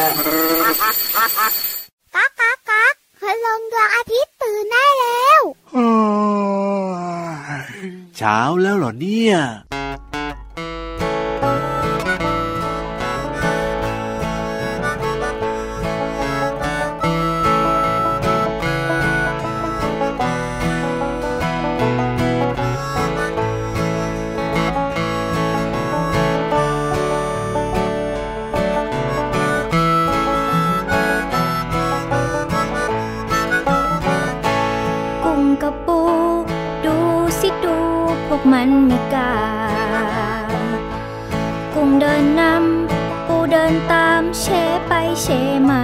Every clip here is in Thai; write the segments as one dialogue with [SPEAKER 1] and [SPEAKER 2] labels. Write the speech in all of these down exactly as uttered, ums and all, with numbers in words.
[SPEAKER 1] ก๊ากก๊ากก๊ากคืลงดวงอาทิตย์ตื่นได้แล้ว
[SPEAKER 2] เช้าแล้วเหรอเนี่ย
[SPEAKER 3] มันมีกากุ้งเดินนำปูเดินตามเชไปเชมา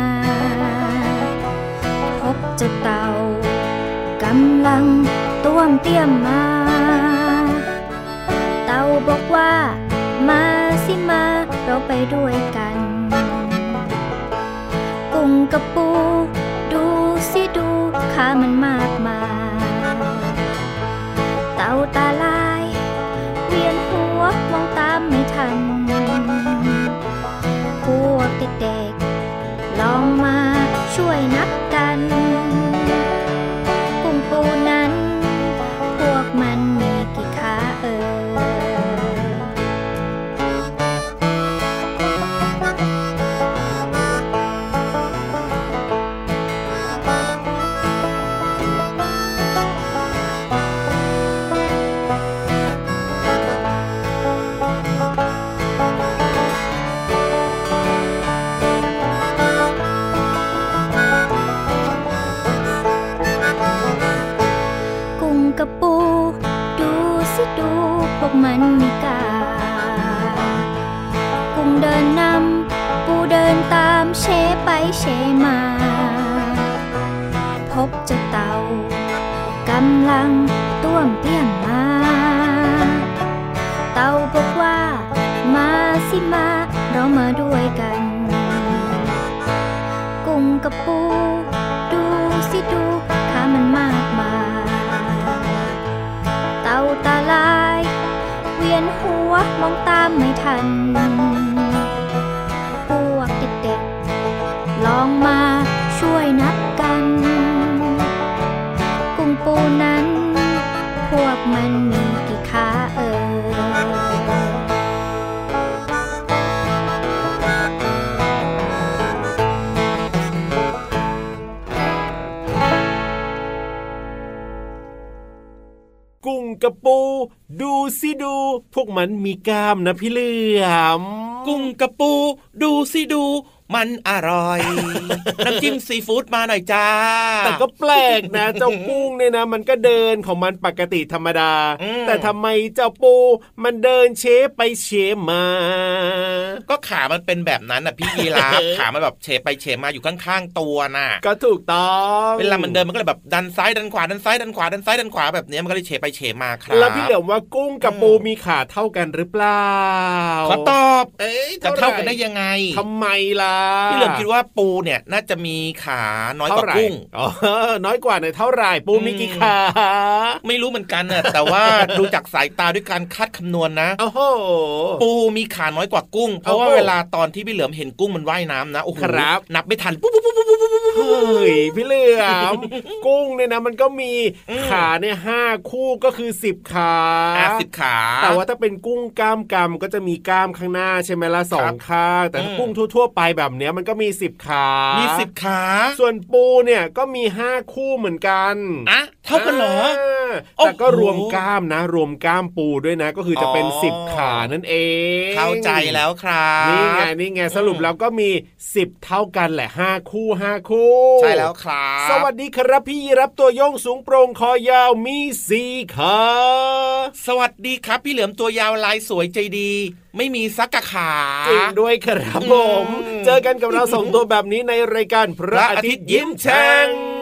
[SPEAKER 3] พบเจ้าเต่ากำลังต้วมเตี้ยมมาเต่าบอกว่ามาสิมาเราไปด้วยกันกุ้งกับปูดูสิดูขามันมากมายเต่าตาลายเวียนหัวมองตามไม่ทันพวกเด็กๆลองมาช่วยนับกันกุ้งปูนั้นพวกมันมีกี่ขาเอ่ยมันมีกากุ้งเดินนำปูเดินตามเชไปเชมาพบเจ้าเต่ากำลังต้วมเตี้ยมมาเต่าบอกว่ามาสิมาเรามาด้วยกันกุ้งกับปูดูสิดูขามันมากมายเต่าตาลายเวียนหัวมองตามไม่ทันพวกเด็กๆลองมาช่วยนับกันกุ้งปูนั้นพวกมันมีกี่ขาเอ่ย
[SPEAKER 4] กุ้งกับปูดูสิดูพวกมันมีกล้ามนะพี่เหลือม
[SPEAKER 5] กุ้งกับปูดูสิดูมันอร่อย น้ำจิ้มซีฟู้ดมาหน่อยจ้า
[SPEAKER 4] แต่ก็แปลกนะเจ้ากุ้งเนี่ยนะมันก็เดินของมันปกติธรรมดาแต่ทำไมเจ้าปูมันเดินเชไปเชมา
[SPEAKER 5] ก็ขามันเป็นแบบนั้นน่ะพี่ยีราฟ ขามันแบบเชไปเชมาอยู่ข้างๆตัวน่ะ
[SPEAKER 4] ก็ถูกต้อง
[SPEAKER 5] เวลามันเดินมันก็เลยแบบดันซ้ายดันขวาดันซ้ายดันขวาดันซ้ายดันขวาแบบนี้มันก็เลยเชไปเชมาครับ
[SPEAKER 4] แล้วพี่เหลือมว่ากุ้งกับปูมีขาเท่ากันหรือเปล่า
[SPEAKER 5] ขอตอบเอ๊ะจะเท่ากันได้ยังไง
[SPEAKER 4] ทำไมล่ะ
[SPEAKER 5] พี่เหลือมคิดว่าปูเนี่ยน่าจะมีขาน้อยกว่ากุ้ง
[SPEAKER 4] อ๋อน้อยกว่าเนี่ยเท่าไหร่ปูมีกี่ขา
[SPEAKER 5] ไม่รู้เหมือนกันน่ะแต่ว่าดูจากสายตาด้วยการคาดคำนวณนะ
[SPEAKER 4] โอ้โห
[SPEAKER 5] ปูมีขาน้อยกว่ากุ้งเพราะว่าเวลาตอนที่พี่เหลือมเห็นกุ้งมันว่ายน้ำนะโอ้โหนับไม่ทันปุ๊บปุ๊บปุ๊บปุ๊บปุ๊บ
[SPEAKER 4] เฮ้ยพี่เหลือมกุ้งเนี่ยนะมันก็มีขาเนี่ยห้าคู่ก็คือสิบขา
[SPEAKER 5] สิบขา
[SPEAKER 4] แต่ว่าถ้าเป็นกุ้งกล้ามกำก็จะมีกล้ามข้างหน้าใช่ไหมล่ะสองข้างแต่ถ้ากุ้งทั่วๆไปแบบเนี้ยมันก็มีสิบขา
[SPEAKER 5] มีสิบขา
[SPEAKER 4] ส่วนปูเนี่ยก็มีห้าคู่เหมือนกัน
[SPEAKER 5] อ่ะเท่ากันเหรอ
[SPEAKER 4] แต่ก็รวมกล้ามนะรวมกล้ามปูด้วยนะก็คือจะเป็นสิบขานั่นเอง
[SPEAKER 5] เข้าใจแล้วครับ
[SPEAKER 4] นี่ไงนี่ไงสรุปแล้วก็มีสิบเท่ากันแหละห้าคู่ห้าคู่
[SPEAKER 5] ใช่แล้วครับ
[SPEAKER 4] สวัสดีครับพี่รับตัวโยงสูงโปร่งคอยาวมีสี่ขา
[SPEAKER 5] สวัสดีครับพี่เหลือมตัวยาวลายสวยใจดีไม่มีซักกะขา
[SPEAKER 4] จริงด้วยครับผมเจอกันกับเราสองตัวแบบนี้ในรายการพระอาทิตย์ยิ้มแฉ่ง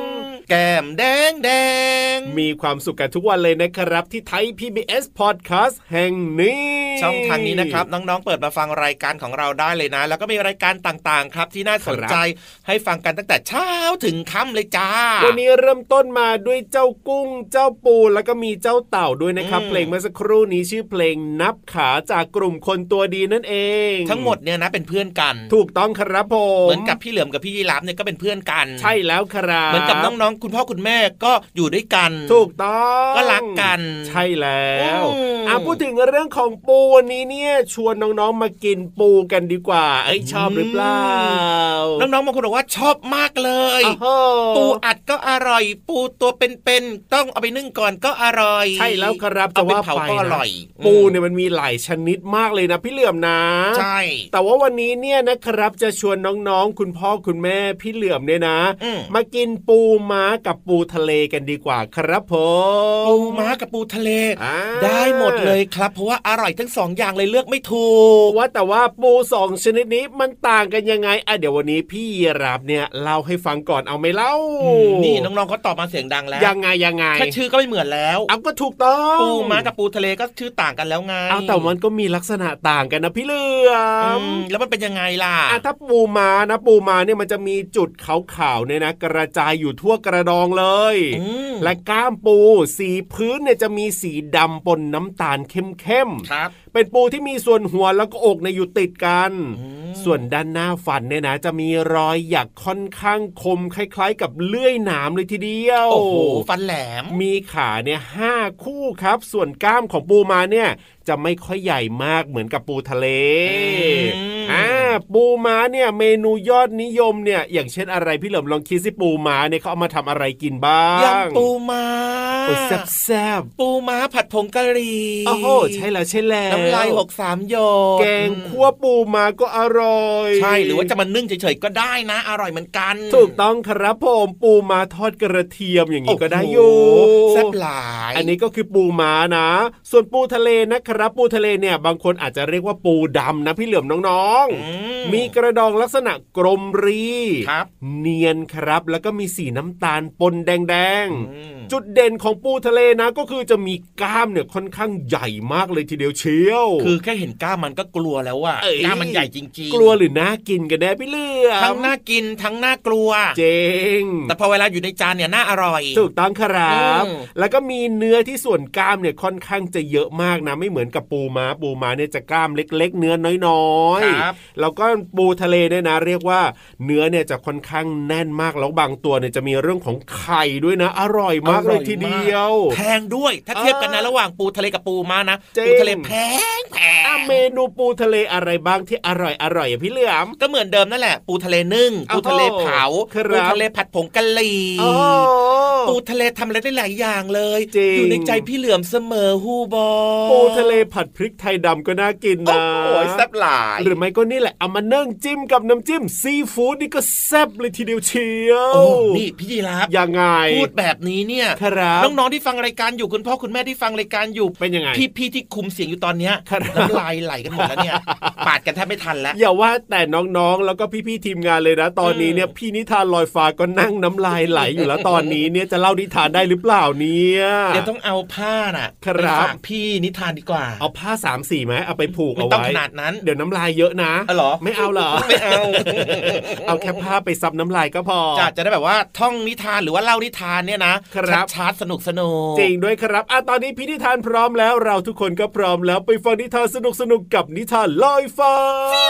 [SPEAKER 5] แก้มแดงแดง
[SPEAKER 4] มีความสุขกันทุกวันเลยนะครับที่ไทย พี บี เอส Podcast แห่งนี้
[SPEAKER 5] ช่องทางนี้นะครับน้องๆเปิดมาฟังรายการของเราได้เลยนะแล้วก็มีรายการต่างๆครับที่น่าสนใจให้ฟังกันตั้งแต่เช้าถึงค่ำเลยจ้า
[SPEAKER 4] วันนี้เริ่มต้นมาด้วยเจ้ากุ้งเจ้าปูแล้วก็มีเจ้าเต่าด้วยนะครับเพลงเมื่อสักครู่นี้ชื่อเพลงนับขาจากกลุ่มคนตัวดีนั่นเอง
[SPEAKER 5] ทั้งหมดเนี่ยนะเป็นเพื่อนกัน
[SPEAKER 4] ถูกต้องครับผม
[SPEAKER 5] เหมือนกับพี่เหลือมกับพี่ยีราฟเนี่ยก็เป็นเพื่อนกัน
[SPEAKER 4] ใช่แล้วครับ
[SPEAKER 5] เหมือนกับน้องๆคุณพ่อคุณแม่ก็อยู่ด้วยกัน
[SPEAKER 4] ถูกต้อง
[SPEAKER 5] ก็รักกัน
[SPEAKER 4] ใช่แล้วอ่ะพูดถึงเรื่องของปูวันนี้เนี่ยชวนน้องๆมากินปูกันดีกว่าเอ้ยชอบหรือเปล่า
[SPEAKER 5] น้องๆบางคนบอกว่าชอบมากเลยปูอัดก็อร่อยปูตัวเป็นๆต้องเอาไปนึ่งก่อนก็อร่อย
[SPEAKER 4] ใช่แล้วครับ
[SPEAKER 5] จะว่าไปก็อร่อย
[SPEAKER 4] ปูเนี่ยมันมีหลายชนิดมากเลยนะพี่เหลือมนะ
[SPEAKER 5] ใช่
[SPEAKER 4] แต่ว่าวันนี้เนี่ยนะครับจะชวนน้องๆคุณพ่อคุณแม่พี่เหลือมเนี่ยนะมากินปูม้ากับปูทะเลกันดีกว่าครับผม
[SPEAKER 5] ปูม้ากับปูทะเลได้หมดเลยครับเพราะว่าอร่อยทั้งสองอย่างเลยเลือกไม่ถูก
[SPEAKER 4] ว่าแต่ว่าปูสองชนิดนี้มันต่างกันยังไงอ่ะเดี๋ยววันนี้พี่ยีราฟเนี่ยเล่าให้ฟังก่อนเอาไหมเล่า
[SPEAKER 5] นี่น้องๆเขาตอบมาเสียงดังแล้ว
[SPEAKER 4] ยังไงยังไง
[SPEAKER 5] แค่ชื่อก็ไม่เหมือนแล้ว
[SPEAKER 4] เอาก็ถูกต้อง
[SPEAKER 5] ปูม้ากับปูทะเลก็ชื่อต่างกันแล้วไง
[SPEAKER 4] เอาแต่มันก็มีลักษณะต่างกันนะพี่เหลือม
[SPEAKER 5] แล้วมันเป็นยังไงล่ะ
[SPEAKER 4] อ่ะถ้าปูม้านะปูม้าเนี่ยมันจะมีจุดขาวๆเนี่ยนะกระจายอยู่ทั่วกระดองเลยและก้ามปูสีพื้นเนี่ยจะมีสีดำปนน้ำตาลเข้มๆ
[SPEAKER 5] ครับ
[SPEAKER 4] เป็นปูที่มีส่วนหัวแล้วก็อกในอยู่ติดกันส่วนด้านหน้าฟันเนี่ยนะจะมีรอยหยักค่อนข้างคมคล้ายๆกับเลื่อยหนามเลยทีเดียว
[SPEAKER 5] โอ้โหฟันแหลม
[SPEAKER 4] มีขาเนี่ยห้าคู่ครับส่วนก้ามของปูม้าเนี่ยจะไม่ค่อยใหญ่มากเหมือนกับปูทะเลอ่าปูม้าเนี่ยเมนูยอดนิยมเนี่ยอย่างเช่นอะไรพี่เหลิมลองคิดสิปูม้าเนี่ยเขาเอามาทำอะไรกินบ้าง
[SPEAKER 5] ยำปูม้า
[SPEAKER 4] โอ้แซ่บ
[SPEAKER 5] ๆปูม้าผัดผงกะหรี่
[SPEAKER 4] โอ้โหใช่แล้วใช่แล้ว
[SPEAKER 5] น้ำลายหกสามหยด
[SPEAKER 4] แกงคั่วปูม้าก็อร่อย
[SPEAKER 5] ใช่หรือว่าจะมานึ่งเฉยๆก็ได้นะอร่อยเหมือนกัน
[SPEAKER 4] ถูกต้องครับผมปูม้าทอดกระเทียมอย่างนี้ก็ได้อยู่
[SPEAKER 5] แซ่บหลาย
[SPEAKER 4] อันนี้ก็คือปูม้านะส่วนปูทะเลนะครับปูทะเลเนี่ยบางคนอาจจะเรียกว่าปูดำนะพี่เหลือมน้องๆมีกระดองลักษณะกลมรี
[SPEAKER 5] ครับ
[SPEAKER 4] เนียนครับแล้วก็มีสีน้ำตาลปนแดงๆจุดเด่นของปูทะเลนะก็คือจะมีกล้ามเนี่ยค่อนข้างใหญ่มากเลยทีเดียวเชียว
[SPEAKER 5] คือแค่เห็นกล้ามมันก็กลัวแล้วว่ะกล้ามมันใหญ่จริง
[SPEAKER 4] ๆกลัวหรือน่ากินกันแน่พี่เหลือม
[SPEAKER 5] ทั้งน่ากินทั้งน่ากลัว
[SPEAKER 4] เจ๋ง
[SPEAKER 5] แต่พอเวลาอยู่ในจานเนี่ยน่าอร่อย
[SPEAKER 4] ถูกต้องครับแล้วก็มีเนื้อที่ส่วนกล้ามเนี่ยค่อนข้างจะเยอะมากนะไม่เหมือนกับปูม้าปูม้าเนี่ยจะกล้ามเล็กๆเนื้อน้อยๆแล้วก็ปูทะเลเนี่ยนะเรียกว่าเนื้อเนี่ยจะค่อนข้างแน่นมากแล้วบางตัวเนี่ยจะมีเรื่องของไข่ด้วยนะอร่อยมากเลยทีเดียว
[SPEAKER 5] แพงด้วยถ้าเทียบกันนะระหว่างปูทะเลกับปูม้านะปูทะเลแพงแพง
[SPEAKER 4] เมนูปูทะเลอะไรบ้างที่อร่อยอร่อยอ่ะพี่เหลือม
[SPEAKER 5] ก็เหมือนเดิมนั่นแหละปูทะเลนึ่งปูทะเลเผาปูทะเลผัดผงกะหรี่ปูทะเลทำอะไรได้หลายอย่างเลยอยู่ในใจพี่เหลือมเสมอฮูบอ
[SPEAKER 4] ปูทะเลผัดพริกไทยดำก็น่ากินนะ
[SPEAKER 5] โอ้ยแซ่บหลาย
[SPEAKER 4] หรือไม่ก็นี่แหละเอามานึ่งจิ้มกับน้ำจิ้มซีฟู้ดนี่ก็แซ่บเลยทีเดียวเชียว
[SPEAKER 5] โอ้นี่พี่ยีราฟ
[SPEAKER 4] ยังไง
[SPEAKER 5] พูดแบบนี้เนี่ยน้องๆที่ฟังรายการอยู่คุณพ่อคุณแม่ที่ฟังรายการอยู่
[SPEAKER 4] เป็นยังไง
[SPEAKER 5] พี่ๆที่คุมเสียงอยู่ตอนเนี้ยน้ำลายไหลกันหมดแล้วเนี่ยปาดกันแทบไม่ทันแล้ว
[SPEAKER 4] อย่าว่าแต่น้องๆแล้วก็พี่ๆทีมงานเลยนะตอนนี้เนี่ยพี่นิทานลอยฟ้าก็นั่งน้ำลายไหลอยู่แล้วตอนนี้เนี่ยจะเล่านิทานได้หรือเปล่าเนี่ย
[SPEAKER 5] เดี๋ยวต้องเอาผ้าน่ะไปฝากพี่นิทานดีกว่า
[SPEAKER 4] เอาผ้าสามสีไหมเอาไปผูกเอาไว้
[SPEAKER 5] ไม่ต้องขนาดนั้น
[SPEAKER 4] เดี๋ยวน้ำลายเยอะนะ
[SPEAKER 5] อ๋อเหรอ
[SPEAKER 4] ไม่เอาเหรอ
[SPEAKER 5] ไม่เอา
[SPEAKER 4] เอาแค่ผ้าไปซับน้ำลายก็พอ
[SPEAKER 5] จะจะได้แบบว่าท่องนิทานหรือว่าเล่านิทานเนี่ยนะชัดๆสนุกสนุก
[SPEAKER 4] จริงด้วยครับอ่ะตอนนี้พี่นิทานพร้อมแล้วเราทุกคนก็พร้อมแล้วไปฟังนิทานสนุกสนุกกับนิทานลอยฟ้า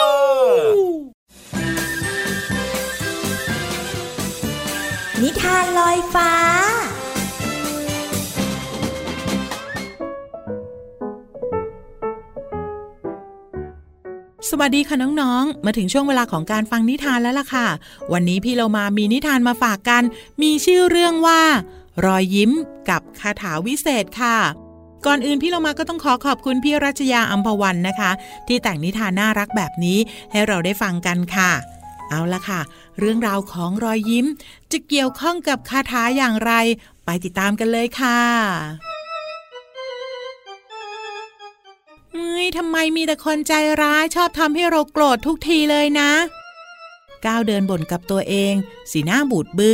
[SPEAKER 1] นิทานลอยฟ้า
[SPEAKER 6] สวัสดีค่ะน้องๆมาถึงช่วงเวลาของการฟังนิทานแล้วล่ะค่ะวันนี้พี่เรามามีนิทานมาฝากกันมีชื่อเรื่องว่ารอยยิ้มกับคาถาวิเศษค่ะก่อนอื่นพี่เรามาก็ต้องขอขอบคุณพี่รัชยาอัมพวันนะคะที่แต่งนิทานน่ารักแบบนี้ให้เราได้ฟังกันค่ะเอาล่ะค่ะเรื่องราวของรอยยิ้มจะเกี่ยวข้องกับคาถาอย่างไรไปติดตามกันเลยค่ะเฮ้ยทำไมมีแต่คนใจร้ายชอบทำให้เราโกรธทุกทีเลยนะก้าวเดินบ่นกับตัวเองสีหน้าบูดบึ้ง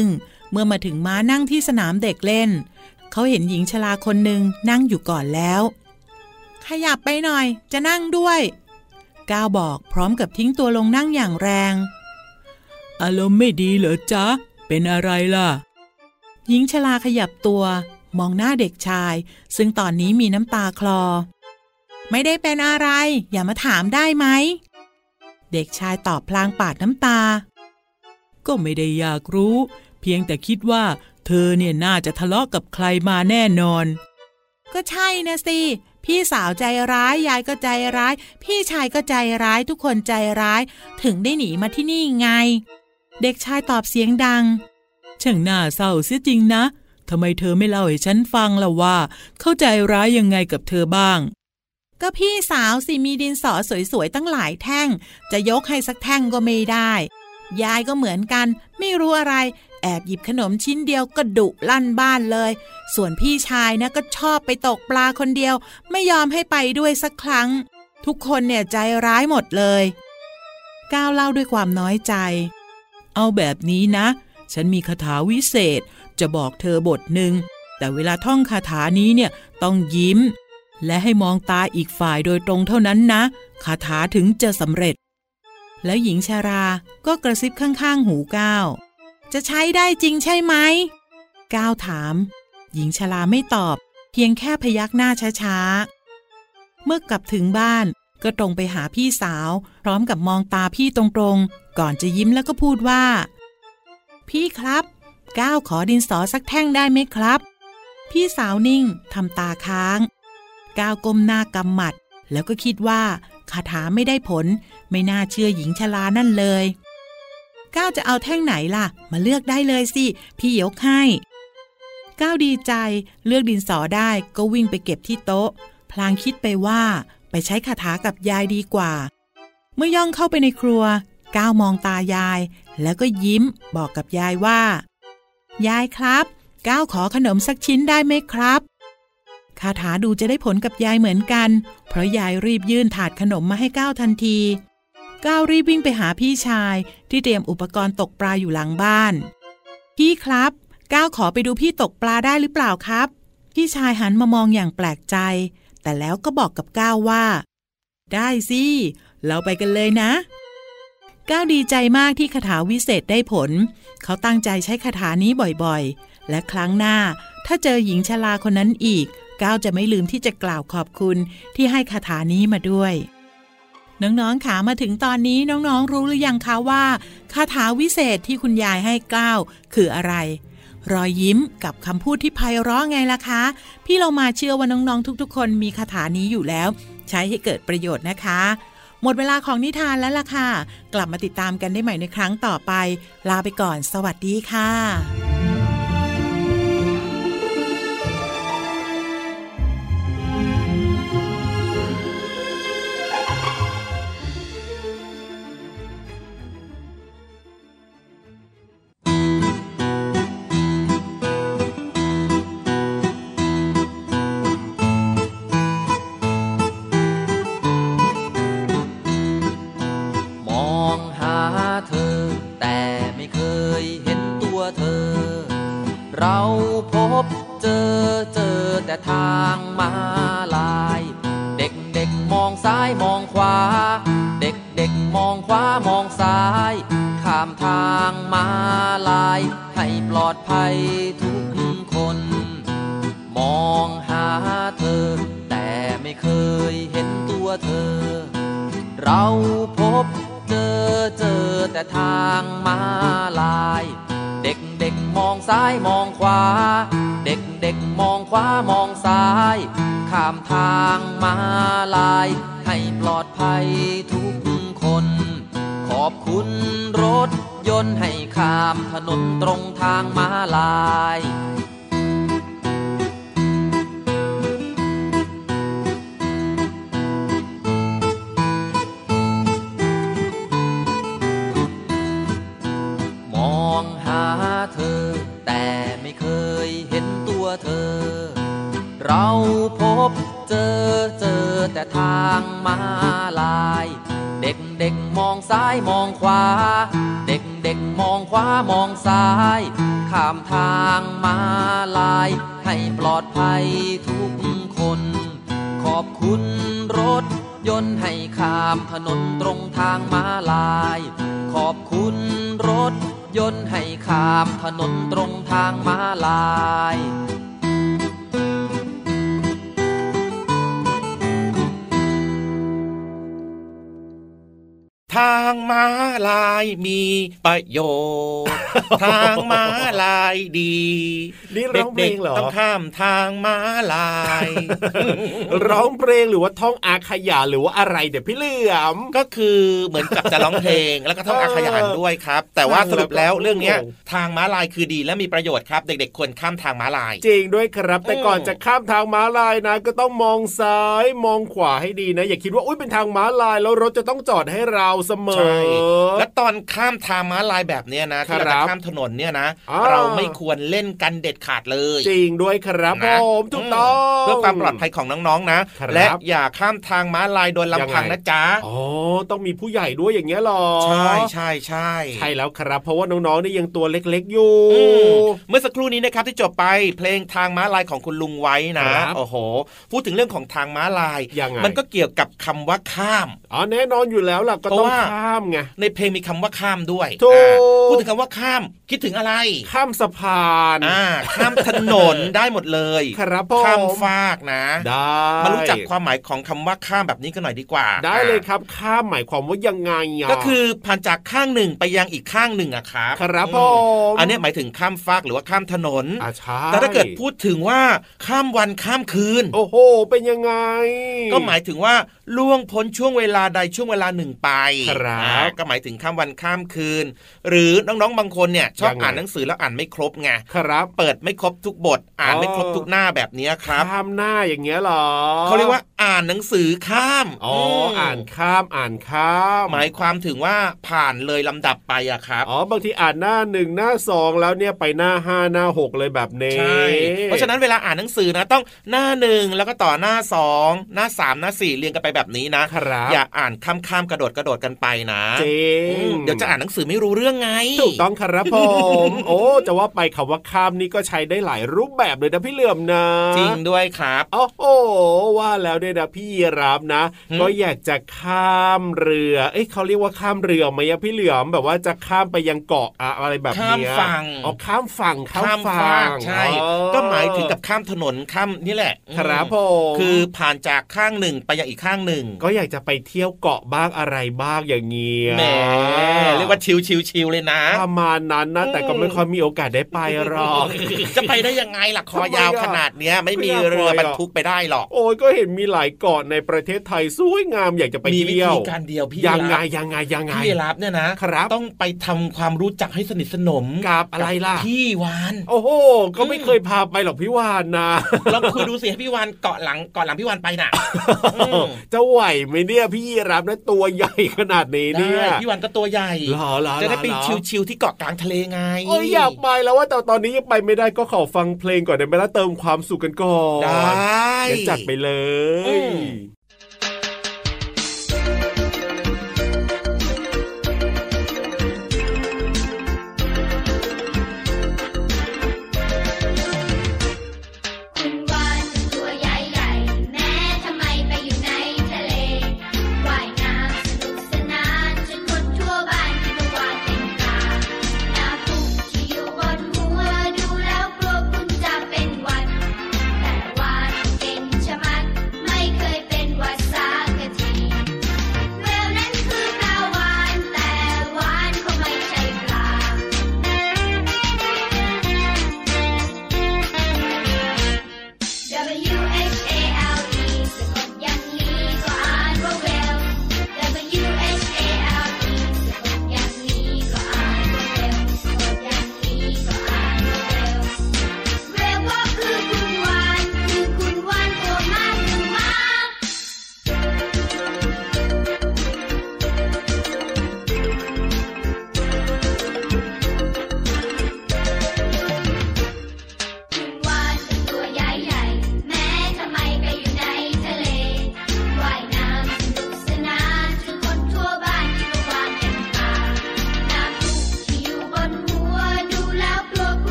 [SPEAKER 6] เมื่อมาถึงม้านั่งที่สนามเด็กเล่นเขาเห็นหญิงชราคนหนึ่งนั่งอยู่ก่อนแล้วขยับไปหน่อยจะนั่งด้วยก้าวบอกพร้อมกับทิ้งตัวลงนั่งอย่างแรงอารมณ์ไม่ดีเหรอจ๊ะเป็นอะไรล่ะหญิงชราขยับตัวมองหน้าเด็กชายซึ่งตอนนี้มีน้ำตาคลอไม่ได้เป็นอะไรอย่ามาถามได้ไหมเด็กชายตอบพลางปาดน้ำตาก็ไม่ได้อยากรู้เพียงแต่คิดว่าเธอเนี่ยน่าจะทะเลาะกับใครมาแน่นอนก็ใช่นะสิพี่สาวใจร้ายยายก็ใจร้ายพี่ชายก็ใจร้ายทุกคนใจร้ายถึงได้หนีมาที่นี่ไงเด็กชายตอบเสียงดังช่างน่าเศร้าเสียจริงนะทำไมเธอไม่เล่าให้ฉันฟังล่ะว่าเข้าใจร้ายยังไงกับเธอบ้างก็พี่สาวสิมีดินสอสวยๆตั้งหลายแท่งจะยกให้สักแท่งก็ไม่ได้ยายก็เหมือนกันไม่รู้อะไรแอบหยิบขนมชิ้นเดียวก็ดุลั่นบ้านเลยส่วนพี่ชายนะก็ชอบไปตกปลาคนเดียวไม่ยอมให้ไปด้วยสักครั้งทุกคนเนี่ยใจร้ายหมดเลยก้าวเล่าด้วยความน้อยใจเอาแบบนี้นะฉันมีคาถาวิเศษจะบอกเธอบทหนึ่งแต่เวลาท่องคาถานี้เนี่ยต้องยิ้มและให้มองตาอีกฝ่ายโดยตรงเท่านั้นนะคาถาถึงจะสำเร็จแล้วหญิงชราก็กระซิบข้างๆหูก้าวจะใช้ได้จริงใช่ไหมก้าวถามหญิงชราไม่ตอบเพียงแค่พยักหน้าช้าๆเมื่อกลับถึงบ้านก็ตรงไปหาพี่สาวพร้อมกับมองตาพี่ตรงๆก่อนจะยิ้มแล้วก็พูดว่าพี่ครับก้าวขอดินสอสักแท่งได้ไหมครับพี่สาวนิ่งทำตาค้างก้าวก้มหน้ากำหมัดแล้วก็คิดว่าคาถาไม่ได้ผลไม่น่าเชื่อหญิงชรานั่นเลยก้าวจะเอาแท่งไหนล่ะมาเลือกได้เลยสิพี่ยกให้ก้าวดีใจเลือกดินสอได้ก็วิ่งไปเก็บที่โต๊ะพลางคิดไปว่าไปใช้คาถากับยายดีกว่าเมื่อย่องเข้าไปในครัวก้าวมองตายายแล้วก็ยิ้มบอกกับยายว่ายายครับก้าวขอขนมสักชิ้นได้ไหมครับคาถาดูจะได้ผลกับยายเหมือนกันเพราะยายรีบยื่นถาดขนมมาให้ก้าวทันทีก้าวรีบวิ่งไปหาพี่ชายที่เตรียมอุปกรณ์ตกปลาอยู่หลังบ้านพี่ครับก้าวขอไปดูพี่ตกปลาได้หรือเปล่าครับพี่ชายหันมามองอย่างแปลกใจแต่แล้วก็บอกกับก้าวว่าได้สิเราไปกันเลยนะก้าวดีใจมากที่คาถาวิเศษได้ผลเขาตั้งใจใช้คาถานี้บ่อยๆและครั้งหน้าถ้าเจอหญิงชราคนนั้นอีกก้าวจะไม่ลืมที่จะกล่าวขอบคุณที่ให้คาถานี้มาด้วยน้องๆค่ะมาถึงตอนนี้น้องๆรู้หรือยังคะว่าคาถาวิเศษที่คุณยายให้ก้าวคืออะไรรอยยิ้มกับคำพูดที่ไพเราะไงล่ะคะพี่เรามาเชื่อว่าน้องๆทุกๆคนมีคาถานี้อยู่แล้วใช้ให้เกิดประโยชน์นะคะหมดเวลาของนิทานแล้วล่ะค่ะกลับมาติดตามกันได้ใหม่ในครั้งต่อไปลาไปก่อนสวัสดีค่ะ
[SPEAKER 7] เราพบเจอเจอแต่ทางม้าลายเด็กๆมองซ้ายมองขวาเด็กๆมองขวามองซ้ายข้ามทางม้าลายให้ปลอดภัยทุกคนมองหาเธอแต่ไม่เคยเห็นตัวเธอเราพบเจอเจอแต่ทางม้าลายเด็กๆมองซ้ายมองขวาเด็กๆมองขวามองซ้ายข้ามทางม้าลายให้ปลอดภัยทุกคนขอบคุณรถยนต์ให้ข้ามถนนตรงทางม้าลายมองหาเธอแต่ไม่เคยเห็นตัวเธอเราพบเจอเจอแต่ทางม้าลายเด็กๆมองซ้ายมองขวาเด็กๆมองขวามองซ้ายข้ามทางม้าลายให้ปลอดภัยทุกคนขอบคุณรถยนต์ให้ข้ามถนนตรงทางม้าลายขอบคุณรถยนต์ให้ข้ามถนนตรงทางม้าลาย
[SPEAKER 5] ทางม้าลายมีประโยชน์ ทางม้าลายดี
[SPEAKER 4] นี่ร้องเพลงเหรอ
[SPEAKER 5] ต้องข้ามทางม้าลาย
[SPEAKER 4] ร้องเพลงหรือว่าท่องอาขยานหรือว่าอะไรเดี๋ยวพี่เหลือม
[SPEAKER 5] ก็คือเหมือนกับจะร้องเพลงแล้วก็ท่องอาขยานด้วยครับแต่ว่าสรุปแล้วเรื่องนี้ทางม้าลายคือดีและมีประโยชน์ครับเด็กๆควรข้ามทางม้าลาย
[SPEAKER 4] จริงด้วยครับแต่ก่อนจะข้ามทางม้าลายนะก็ต้องมองซ้ายมองขวาให้ดีนะอย่าคิดว่าอุ๊ยเป็นทางม้าลายแล้วรถจะต้องจอดให้เราเสมอ
[SPEAKER 5] และตอนข้ามทางม้าลายแบบนี้นะที่เราจะข้ามถนนเนี่ยนะเราไม่ควรเล่นกันเด็ดขาดเลย
[SPEAKER 4] จริงด้วยครับผมถูกต้อง
[SPEAKER 5] เพื่อความปลอดภัยของน้องๆนะและอย่าข้ามทางม้าลายโดยลำพังนะจ๊ะ
[SPEAKER 4] อ๋อต้องมีผู้ใหญ่ด้วยอย่างเงี้ยหรอ
[SPEAKER 5] ใช่ใช่ใช่
[SPEAKER 4] ใช่แล้วครับเพราะว่าน้องๆนี่ยังตัวเล็กๆอยู่
[SPEAKER 5] เมื่อสักครู่นี้นะครับที่จบไปเพลงทางม้าลายของคุณลุงไว้นะโอ้โหพูดถึงเรื่องของทางม้าลายมันก็เกี่ยวกับคำว่าข้าม
[SPEAKER 4] อ๋อแน่นอนอยู่แล้วล่ะก็ต้องข้ามไง
[SPEAKER 5] ในเพลงมีคำว่าข้ามด้วยพูดถึงคำว่าข้ามคิดถึงอะไร
[SPEAKER 4] ข้ามสะพาน
[SPEAKER 5] อ่าข้ามถนนได้หมดเลย
[SPEAKER 4] ครับ
[SPEAKER 5] ข้ามฟากนะ
[SPEAKER 4] ได้
[SPEAKER 5] มารู้จักความหมายของคำว่าข้ามแบบนี้กันหน่อยดีกว่า
[SPEAKER 4] ได้เลยครับข้ามหมายความว่ายังไง
[SPEAKER 5] ก็คือผ่านจากข้างหนึ่งไปยังอีกข้างหนึ่งอะครับ
[SPEAKER 4] ครับผม
[SPEAKER 5] อันนี้หมายถึงข้ามฟากหรือว่าข้ามถนน
[SPEAKER 4] อ่าใช่
[SPEAKER 5] แต่ถ้าเกิดพูดถึงว่าข้ามวันข้ามคืน
[SPEAKER 4] โอ้โหเป็นยังไง
[SPEAKER 5] ก็หมายถึงว่าล่วงพ้นช่วงเวลาใดช่วงเวลาหนึ่งไป
[SPEAKER 4] ครับ
[SPEAKER 5] ก็หมายถึงข้ามวันข้ามคืนหรือน้องๆบางคนเนี่ยชอบอ่านหนังสือแล้วอ่านไม่ครบไง
[SPEAKER 4] ครับ
[SPEAKER 5] เปิดไม่ครบทุกบทอ่านไม่ครบทุกหน้าแบบนี้ครับ
[SPEAKER 4] ข้ามหน้าอย่างเงี้ยหรอ
[SPEAKER 5] เขาเรียกว่าอ่านหนังสือข้าม
[SPEAKER 4] อ๋ออ่านข้ามอ่านข้าม
[SPEAKER 5] หมายความถึงว่าผ่านเลยลำดับไปอะครับ
[SPEAKER 4] อ๋อบางทีอ่านหน้าหนึ่งหน้าสองแล้วเนี่ยไปหน้าห้าหน้าหกเลยแบบนี้
[SPEAKER 5] ใช่เพราะฉะนั้นเวลาอ่านหนังสือนะต้องหน้าหนึ่งแล้วก็ต่อหน้าสองหน้าสามหน้าสี่เรียงกันไปแบบนี้นะอย่าอ่านข้ามข้ามกระโดดกระโดดกันไปนะ
[SPEAKER 4] จริง
[SPEAKER 5] เดี๋ยวจะอ่านหนังสือไม่รู้เรื่องไง
[SPEAKER 4] ถูกต้องครับผมโอ้จะว่าไปคำว่าข้ามนี่ก็ใช้ได้หลายรูปแบบเลยนะพี่เหลื่อมนะ
[SPEAKER 5] จริงด้วยครับ
[SPEAKER 4] โอ้โหว่าแล้วเนี่ยนะพี่รับนะก็อยากจะข้ามเรือเอ้ยเขาเรียกว่าข้ามเรือไหมพี่เหลื่อมแบบว่าจะข้ามไปยังเกาะอะไรแบบนี้
[SPEAKER 5] ข้ามฝั่ง
[SPEAKER 4] อ๋อข้ามฝั่ง
[SPEAKER 5] ข้ามฝั่งใช่ก็หมายถึงกับข้ามถนนข้ามนี่แหละ
[SPEAKER 4] ครับผม
[SPEAKER 5] คือผ่านจากข้างหนึ่งไปยังอีกข้างหนึ่ง
[SPEAKER 4] ก็อยากจะไปเที่ยวเกาะบ้างอะไรบ้างอย่างเงี้ย
[SPEAKER 5] แหมเรียกว่าชิลๆเลยนะ
[SPEAKER 4] ประมาณนั้นนะแต่ก็ไม่ค่อยมีโอกาสได้ไปหรอก
[SPEAKER 5] จะไปได้ยังไงล่ะคอยาวขนาดเนี้ยไม่มีเรือบรรทุกไปได้หรอก
[SPEAKER 4] โอ้ยก็เห็นมีหลายเกาะในประเทศไทยสวยงามอยากจะไปเที่ยว
[SPEAKER 5] มีวิธีการเดียวพี่
[SPEAKER 4] ยังไงยังไงยังไง
[SPEAKER 5] พี่รับเนี่ยนะครับต้องไปทำความรู้จักให้สนิทสนม
[SPEAKER 4] กับอะไรล่ะ
[SPEAKER 5] พี่วาน
[SPEAKER 4] โอ้โหก็ไม่เคยพาไปหรอกพี่วานนะ
[SPEAKER 5] ลองคุยดูสิให้พี่วานเกาะหลังเกาะหลังพี่วานไปน่ะ
[SPEAKER 4] จะไหวไหมเนี่ยพี่รับนะตัวใหญ่ขนาดนี้เนี่ย
[SPEAKER 5] พี่วานก็ตัวใหญ่จะได้ไปชิลๆที่เกาะกลางทะเลไง
[SPEAKER 4] โอ้ยอยากไปแล้วว่าแต่ตอนนี้ยังไปไม่ได้ก็ขอฟังเพลงก่อนได้ไหมล่ะเติมความสุขกันก่อน
[SPEAKER 5] ได้
[SPEAKER 4] เดี๋ยวจัดไปเลย
[SPEAKER 1] ว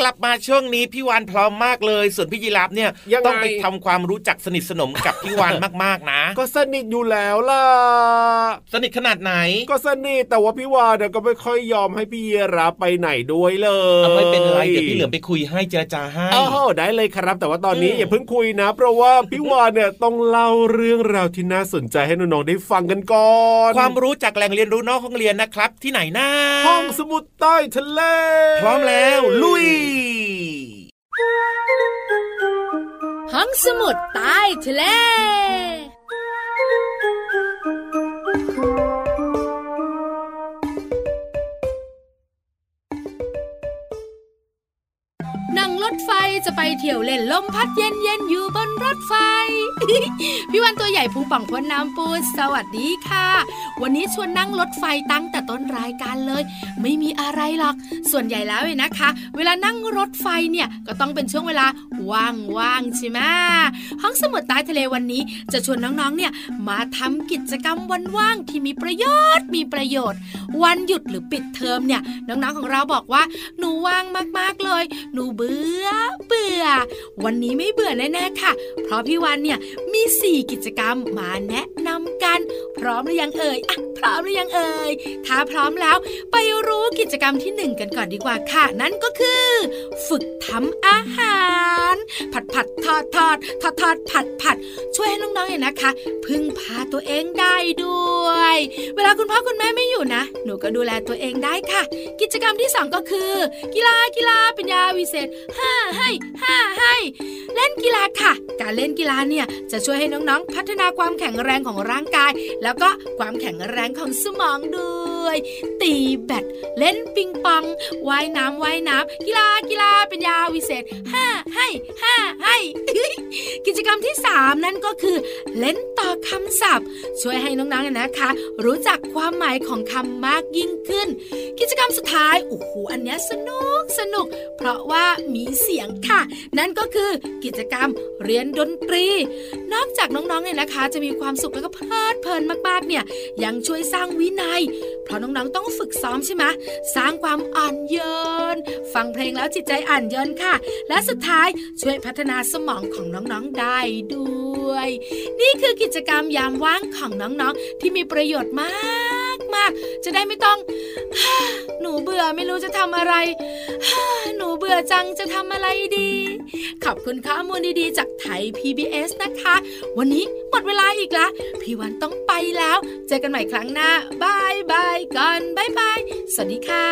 [SPEAKER 5] ลับมาช่วงนี้พี่วานพร้อมมากเลยส่วนพี่ยีราฟเนี่ยต้องไปทำความรู้จักสนิทสนมกับพี่วานมากๆนะ
[SPEAKER 4] ก็สนิทอยู่แล้วล่ะ
[SPEAKER 5] สนิทขนาดไหน
[SPEAKER 4] ก็สนิทแต่ว่าพี่วานเนี่ยก็ไม่ค่อยยอมให้พี่ยีราฟไปไหนด้วยเลย
[SPEAKER 5] ไม่เป็นไรเดี๋ยวพี่เหลือมไปคุยให้เจรจาให้
[SPEAKER 4] อ๋อได้เลยครับแต่ว่าตอนนี้อย่าเพิ่งคุยนะเพราะว่าพี่วานเนี่ยต้องเล่าเรื่องราวที่น่าสนใจให้น้องๆได้ฟังกันก่อน
[SPEAKER 5] ความรู้จากแหล่งเรียนรู้นอกห้องเรียนนะครับที่ไหนนะ
[SPEAKER 4] ห้องสมุดใต้ทะเล
[SPEAKER 5] พร้อมแล้วลุย
[SPEAKER 8] ห้องสมุดใต้ทะเลนั่งรถไฟจะไปเที่ยวเล่นลมพัดเย็นๆอยู่บนรถไฟ พี่วันตัวใหญ่พุงป่องพ้นน้ำปูสวัสดีค่ะวันนี้ชวนนั่งรถไฟตั้งแต่ต้นรายการเลยไม่มีอะไรหรอกส่วนใหญ่แล้วเลยนะคะเวลานั่งรถไฟเนี่ยก็ต้องเป็นช่วงเวลาว่างๆใช่ไหมห้องสมุดใต้ทะเลวันนี้จะชวนน้องๆเนี่ยมาทำกิจกรรมวันว่างที่มีประโยชน์มีประโยชน์วันหยุดหรือปิดเทอมเนี่ยน้องๆของเราบอกว่าหนูว่างมากๆเลยหนูเบื่อเบื่อวันนี้ไม่เบื่อแน่ๆค่ะเพราะพี่วันเนี่ยมีสี่กิจกรรมมาแนะนำกันพร้อมหรือยังเอ่ยอ่ะพร้อมหรือยังเอ่ยถ้าพร้อมแล้วไปรู้กิจกรรมที่หนึ่งกันก่อนดีกว่าค่ะนั่นก็คือฝึกทำอาหารผัดผัดทอดทอดทอดทอดผัดผัดช่วยให้น้องๆเนี่ยนะคะพึ่งพาตัวเองได้ด้วยเวลาคุณพ่อคุณแม่ไม่อยู่นะหนูก็ดูแลตัวเองได้ค่ะกิจกรรมที่สองก็คือกีฬากีฬาปัญญาวิเศษห้าให้ห้าให้เล่นกีฬาค่ะการเล่นกีฬาเนี่ยจะช่วยให้น้องๆพัฒนาความแข็งแรงของร่างกายแล้วก็ความแข็งแรงของสมองด้วยตีแบดเล่นปิงปองว่ายน้ำว่ายน้ำกีฬากีฬาปัญญาวิเศษห้าให้ห้าให้ กิจกรรมที่สามนั่นก็คือเล่นต่อคำศัพท์ช่วยให้น้องๆเนี่ยนะคะรู้จักความหมายของคำมากยิ่งขึ้นกิจกรรมสุดท้ายโอ้โหอันเนี้ยสนุกสนุกเพราะว่ามีเสียงค่ะนั่นก็คือกิจกรรมเรียนดนตรีนอกจากน้องๆเนี่ยนะคะจะมีความสุขแล้วก็เพลิดเพลินมากๆเนี่ยยังช่วยสร้างวินัยเพราะน้องๆต้องฝึกซ้อมใช่ไหมสร้างความอ่อนโยนฟังเพลงแล้วจิตใจอ่อนโยนค่ะและสุดท้ายช่วยพัฒนาสมองของน้องๆได้ด้วยนี่คือกิจกรรมยามว่างของน้องๆที่มีประโยชน์มากมากจะได้ไม่ต้องหนูเบื่อไม่รู้จะทำอะไรหนูเบื่อจังจะทำอะไรดีขอบคุณข้อมูลดีๆจากไทย พี บี เอส นะคะวันนี้หมดเวลาอีกแล้วพี่วันต้องไปแล้วเจอกันใหม่ครั้งหน้าบายบายก่อนบายบายสวัสดีค่ะ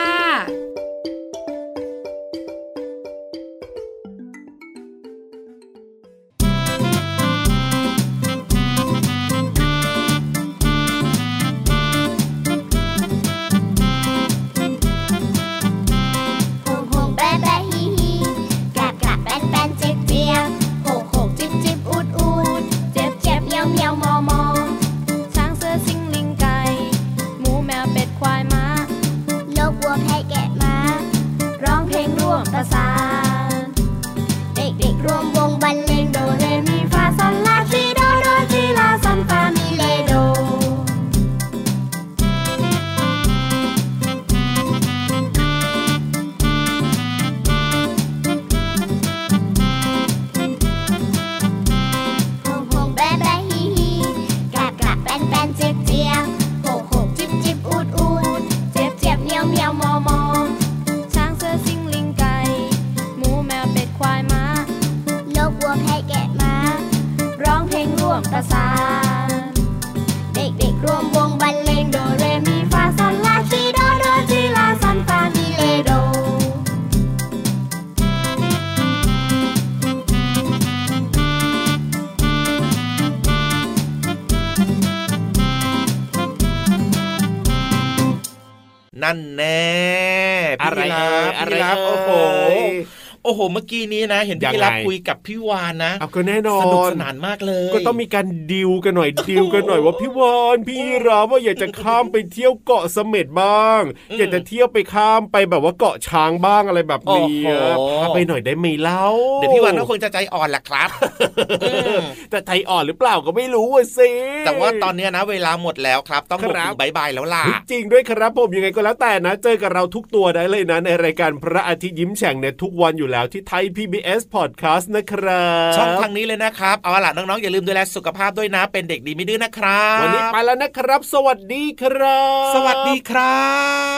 [SPEAKER 5] นั่นแน่พี่รับพี่รับโอ้โหโอ้โหเมื่อกี้นี้นะเห็นพี่รับคุยกับพี่วานนะ
[SPEAKER 4] เอาก็แน่นอน
[SPEAKER 5] สนุกสนานมากเลย
[SPEAKER 4] ก็ต้องมีการดิวกันหน่อยดิวกันหน่อยว่าพี่วานพี่รับว่าอยากจะข้ามไปเที่ยวเกาะเสม็ดบ้างอยากจะเที่ยวไปข้ามไปแบบว่าเกาะช้างบ้างอะไรแบบนี้พาไปหน่อยได้ไหมเล่า
[SPEAKER 5] เดี๋ยวพี่วานก็คงจะใจอ่อนแหละครับ
[SPEAKER 4] แต่ใจอ่อนหรือเปล่าก็ไม่รู้ว่าสิ
[SPEAKER 5] แต่ว่าตอนนี้นะเวลาหมดแล้วครับต้องบอกบายบายแล้วล่ะ
[SPEAKER 4] จริงด้วยครับผมยังไงก็แล้วแต่นะเจอกับเราทุกตัวได้เลยนะในรายการพระอาทิตย์ยิ้มแฉ่งเนี่ยทุกวันอยู่แล้วที่ไทย พี บี เอส Podcast นะครับ
[SPEAKER 5] ช่องทางนี้เลยนะครับเอาล่ะน้องๆอย่าลืมดูแลสุขภาพด้วยนะเป็นเด็กดีไม่ดื้อนะครับ
[SPEAKER 4] วันนี้ไปแล้วนะครับสวัสดีครับ
[SPEAKER 5] สวัสดีครับ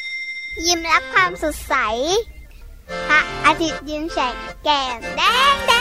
[SPEAKER 1] ยิ้มรับความสดใสพระอาทิตย์ยิ้มแฉกแก้มแดง